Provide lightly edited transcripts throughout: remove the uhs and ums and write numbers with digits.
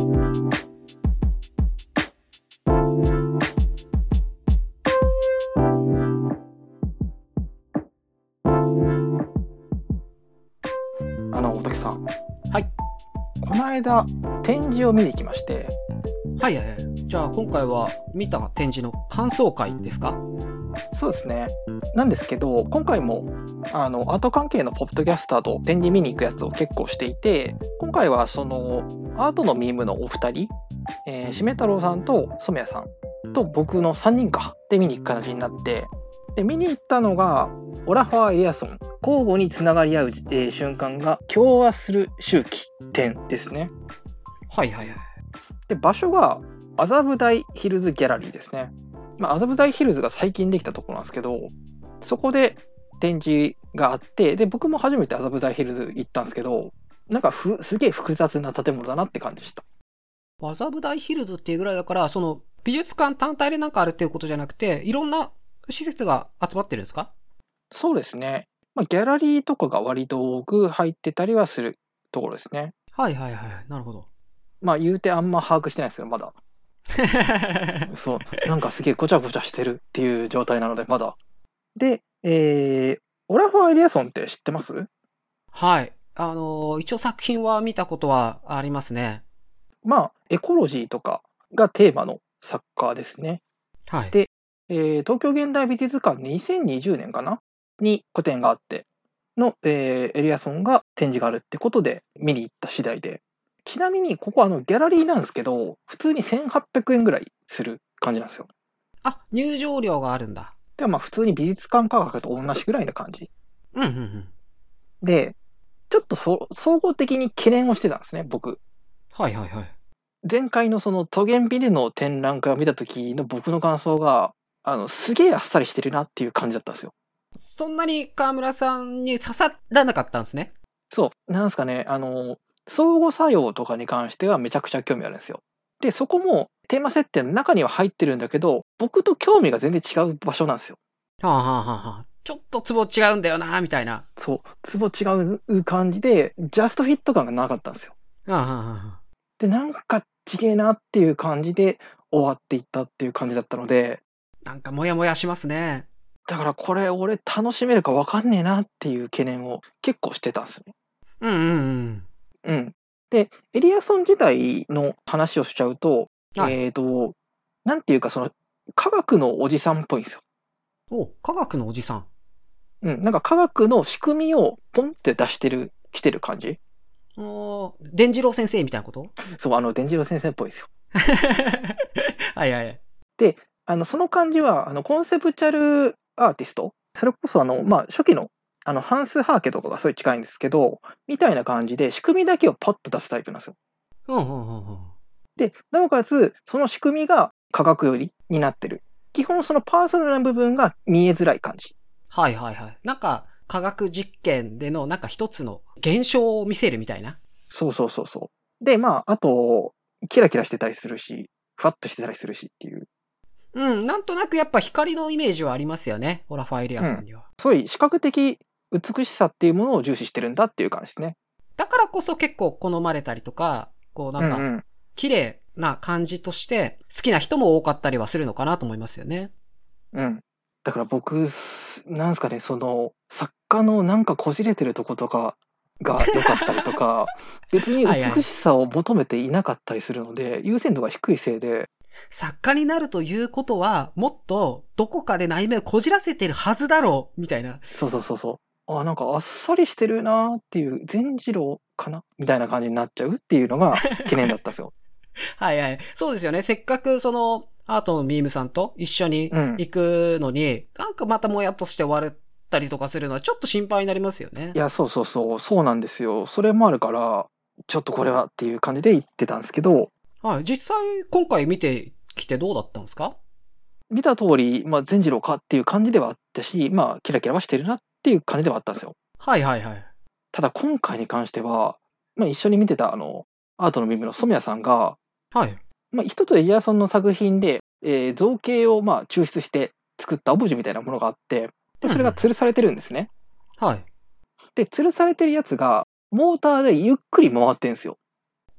大竹さん、 はい。 この間展示を見に来まして。 はいはいはい。じゃあ今回は見た展示の感想会ですか？ そうですね。なんですけど、今回もアート関係のポッドキャスターと展示見に行くやつを結構していて、今回はそのアートのミームのお二人、しめ太郎さんと染谷さんと僕の3人かで見に行く形になって、で見に行ったのがオラファー・エリアソン、交互につながり合う、瞬間が共和する周期展ですね。 はいはいはい。 で場所が麻布台ヒルズギャラリーですね。麻布台ヒルズが最近できたところなんですけど、そこで展示があって、で僕も初めて麻布台ヒルズ行ったんですけど、なんかすげえ複雑な建物だなって感じでした。 麻布台ヒルズっていうぐらいだから、その美術館単体でなんかあるっていうことじゃなくて、いろんな施設が集まってるんですか？ そうですね。ギャラリーとかが割と多く入ってたりはするところですね。 はいはいはい。なるほど。 言うてあんま把握してないですけど、まだ。そう、なんかすげえごちゃごちゃしてるっていう状態なので、まだ。で、オラファー・エリアソンって知ってます？ はい。一応作品は見たことはありますね。 エコロジーとかがテーマの作家ですね。 はい。 で、東京現代美術館2020年かなに個展があっての、エリアソンが展示があるってことで見に行った次第で、ちなみにここギャラリーなんですけど、普通に1800円ぐらいする感じなんですよ。 あ、入場料があるんだ。 で普通に美術館価格と同じぐらいな感じうんうんうん。 で、ちょっと総合的に懸念をしてたんですね、僕。 はいはいはい。 前回のそのトゲンビでの展覧会を見た時の僕の感想が、すげえあっさりしてるなっていう感じだったんですよ。 そんなに河村さんに刺さらなかったんですね。 そう、なんすかね、相互作用とかに関してはめちゃくちゃ興味あるんですよ。で、そこもテーマ設定の中には入ってるんだけど、僕と興味が全然違う場所なんですよ。 はあはあはあはあ。ちょっとツボ違うんだよな、みたいな。 そう、ツボ違う感じで、ジャストフィット感がなかったんですよ。 はあはあはあ。 で、なんか違えなっていう感じで終わっていったっていう感じだったので、 なんかモヤモヤしますね。 だからこれ俺楽しめるか分かんねえなっていう懸念を結構してたんですね。 うんうんうん。で、エリアソン自体の話をしちゃうと、 うん。はい。 なんていうかその科学のおじさんっぽいんですよ。 お、科学のおじさん。 うん、なんか科学の仕組みをポンって出してる、来てる感じ。 伝次郎先生みたいなこと？ そう、伝次郎先生っぽいですよ。 はいはい。 で、その感じは、コンセプチャルアーティスト、それこそ、初期の、ハンス・ハーケとかがすごい近いんですけど、みたいな感じで、仕組みだけをパッと出すタイプなんですよ。 うんうんうんうん。 で、なおかつ、その仕組みが科学寄りになってる。基本、そのパーソナルな部分が見えづらい感じ。 はいはいはい。なんか、科学実験でのなんか一つの現象を見せるみたいな。 そうそうそうそう。で、あと、キラキラしてたりするし、ふわっとしてたりするしっていう。 うん、なんとなくやっぱ光のイメージはありますよね。オラファーエリアうん。 さんには。 そういう視覚的美しさっていうものを重視してるんだっていう感じですね。 だからこそ結構好まれたりとか、こうなんか、 うんうん。 綺麗な感じとして好きな人も多かったりはするのかなと思いますよね。 うん。だから僕、なんすかね、その、作家のなんかこじれてるとことかが良かったりとか、別にはいはい。 美しさを求めていなかったりするので、優先度が低いせいで、 作家になるということは、もっとどこかで内面をこじらせてるはずだろう、みたいな。 そうそうそうそう。なんかあっさりしてるなっていう、善次郎かなみたいな感じになっちゃうっていうのが懸念だったんですよ。 はいはい。そうですよね。せっかくその、アートのミームさんと一緒にうん。 行くのに、なんかまたもやっとして終わったりとかするのはちょっと心配になりますよね。 いや、そうそうそう、そうなんですよ。それもあるから、ちょっとこれはっていう感じで言ってたんですけど、 はい。実際、今回見てきてどうだったんですか？ 見た通り、善次郎かっていう感じではあったし、キラキラはしてるなっていう感じではあったんですよ。 はいはいはい。 ただ今回に関しては、一緒に見てたアートの耳の染谷さんが、 はい。 一つエリアソンの作品で、造形を抽出して作ったオブジェみたいなものがあって、で、それがうんうん。 吊るされてるんですね。 はい。 で、吊るされてるやつが、モーターでゆっくり回ってるんですよ。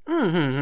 うん、うん、うん、うん、うん。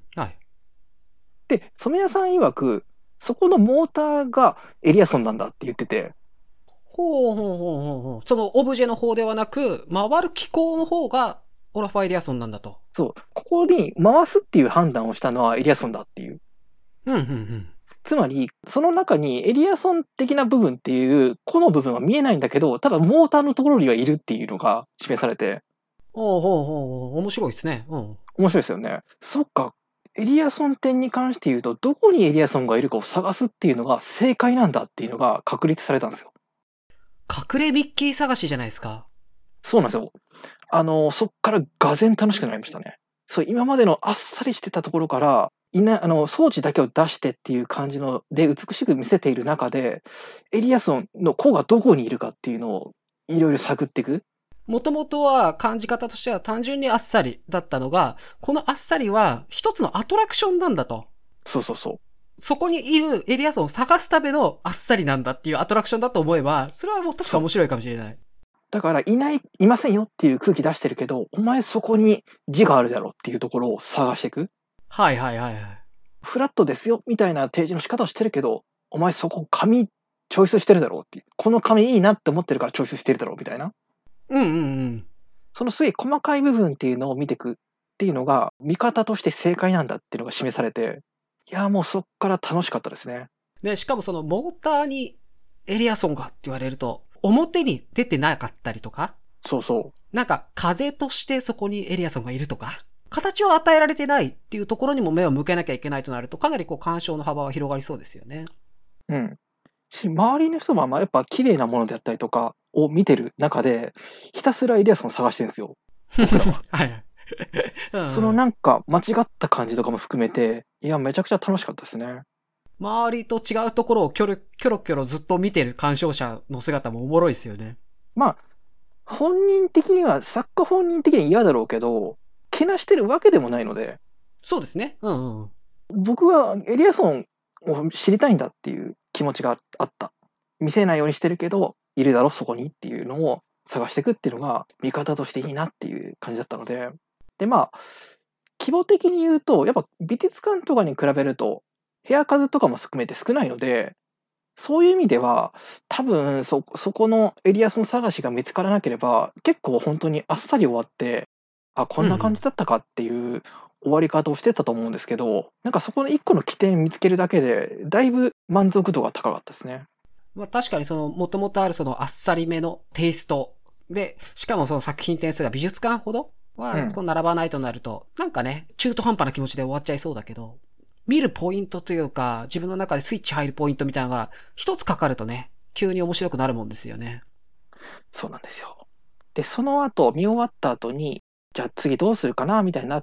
はい。 で、染谷さん曰く、そこのモーターがエリアソンなんだって言ってて、 ほうほうほうほうほう。そのオブジェの方ではなく、回る機構の方がオラファー・エリアソンなんだと。 そう、ここに回すっていう判断をしたのはエリアソンだっていう。 うん、うん、うん。 つまり、その中にエリアソン的な部分っていう、この部分は見えないんだけど、ただモーターのところにはいるっていうのが示されて、 ほうほうほう。面白いですね。うん。 面白いですよね。そっか、エリアソン点に関して言うと、どこにエリアソンがいるかを探すっていうのが正解なんだっていうのが確立されたんですよ。 隠れミッキー探しじゃないですか。 そうなんですよ。そっから俄然楽しくなりましたね。そう、今までのあっさりしてたところから、装置だけを出してっていう感じので、美しく見せている中で、エリアソンの子がどこにいるかっていうのをいろいろ探っていく。 もともとは感じ方としては単純にあっさりだったのが、このあっさりは一つのアトラクションなんだと。 そうそうそう。 そこにいるエリアソンを探すためのあっさりなんだっていうアトラクションだと思えば、それはもう確かそう。 面白いかもしれない。 だから、いませんよっていう空気出してるけど、お前そこに字があるだろっていうところを探していく。 はいはいはいはい。 フラットですよみたいな提示の仕方をしてるけど、お前そこ紙チョイスしてるだろうっていう。この紙いいなって思ってるからチョイスしてるだろうみたいな。 うんうんうん。 そのすげえ細かい部分っていうのを見ていくっていうのが、見方として正解なんだっていうのが示されて、いや、もうそっから楽しかったですね。 で、しかもそのモーターにエリアソンがって言われると、表に出てなかったりとか、 そうそなんか風としてそこにエリアソンがいるとか、形を与えられてないっていうところにも目を向けなきゃいけないとなると、かなりこう鑑賞の幅は広がりそうですよね。 う。うん。周りの人はやっぱ綺麗なものであったりとかを見てる中で、ひたすらエリアソンを探してるんですよ。僕らは。 はい。うんそのうん。 なんか間違った感じとかも含めて、いや、めちゃくちゃ楽しかったですね。 周りと違うところをキョロキョロずっと見てる鑑賞者の姿もおもろいですよね。 まあ、本人的には、作家本人的には嫌だろうけど、けなしてるわけでもないので、 そうですね。うんうん。 僕はエリアソンを知りたいんだっていう気持ちがあった。見せないようにしてるけど、いるだろ、そこにっていうのを探していくっていうのが、見方としていいなっていう感じだったので、で、規模的に言うと、やっぱ美術館とかに比べると、部屋数とかも含めて少ないので、そういう意味では、多分そこのエリアソン探しが見つからなければ、結構本当にあっさり終わって、あ、こんな感じうんうん。 だったかっていう終わり方をしてたと思うんですけど、なんかそこの1個の起点見つけるだけで、だいぶ満足度が高かったですね。 まあ確かにその元々あるそのあっさりめのテイストで、しかもその作品点数が美術館ほどはうん。 こう並ばないとなると、なんかね、中途半端な気持ちで終わっちゃいそうだけど、見るポイントというか、自分の中でスイッチ入るポイントみたいなのが一つかかるとね、急に面白くなるもんですよね。 そうなんですよ。で、その後、見終わった後に、じゃあ次どうするかなみたいになって、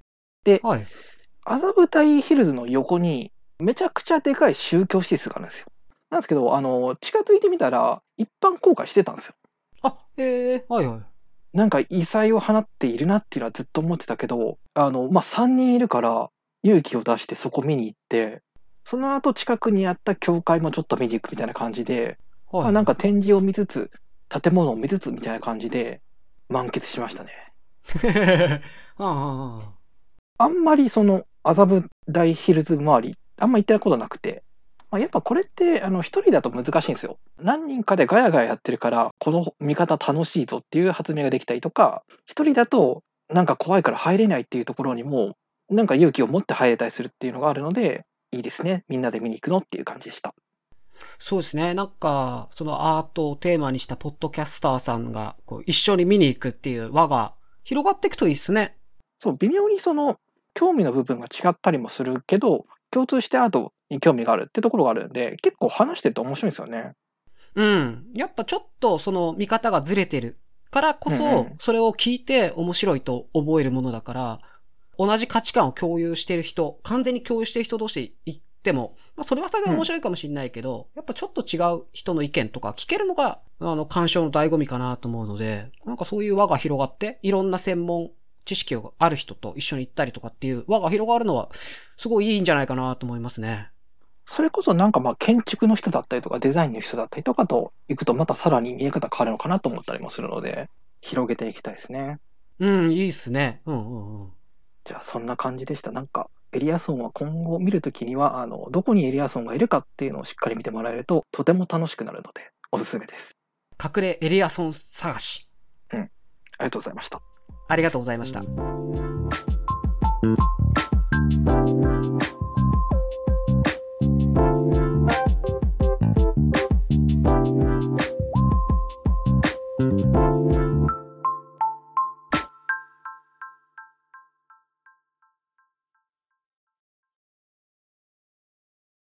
で、 はい。 麻布台ヒルズの横に、めちゃくちゃでかい宗教施設があるんですよ。なんですけど、近づいてみたら、一般公開してたんですよ。 あ、はいはい。 なんか異彩を放っているなっていうのはずっと思ってたけど、3人いるから勇気を出してそこ見に行って、その後近くにあった教会もちょっと見に行くみたいな感じで、 はいなんかは展示を見つつ、建物を見つつみたいな感じで満喫しましたね。 い。ああんまりその麻布台ヒルズ周り、あんま行ってたことなくて、やっぱこれって一人だと難しいんですよ。何人かでガヤガヤやってるから、この見方楽しいぞっていう発明ができたりとか、一人だとなんか怖いから入れないっていうところにも、なんか勇気を持って入れたりするっていうのがあるので、いいですね。みんなで見に行くのっていう感じでした。 そうですね。なんか、そのアートをテーマにしたポッドキャスターさんがこう一緒に見に行くっていう輪が広がっていくといいですね。 そう、微妙にその興味の部分が違ったりもするけど、共通してアートに興味があるってところがあるんで、結構話してると面白いんですよね。 うん。やっぱちょっとその見方がずれてるからこうんうそ、 ん。 それを聞いて面白いと思えるものだから、同じ価値観を共有してる人、完全に共有してる人同士行っても、それはそれでうん。 面白いかもしれないけど、やっぱちょっと違う人の意見とか聞けるのが、鑑賞の醍醐味かなと思うので、なんかそういう輪が広がって、いろんな専門知識がある人と一緒に行ったりとかっていう輪が広がるのは、すごいいいんじゃないかなと思いますね。 それこそなんか建築の人だったりとかデザインの人だったりとかと行くとまたさらに見え方変わるのかなと思ったりもするので、広げていきたいですね。 うん、いいっすね。うんうんうん。 じゃあそんな感じでした。なんかエリアソンは今後見るときにはどこにエリアソンがいるかっていうのをしっかり見てもらえるととても楽しくなるのでおすすめです。 隠れエリアソン探し。 ありがとうございました。 ありがとうございました。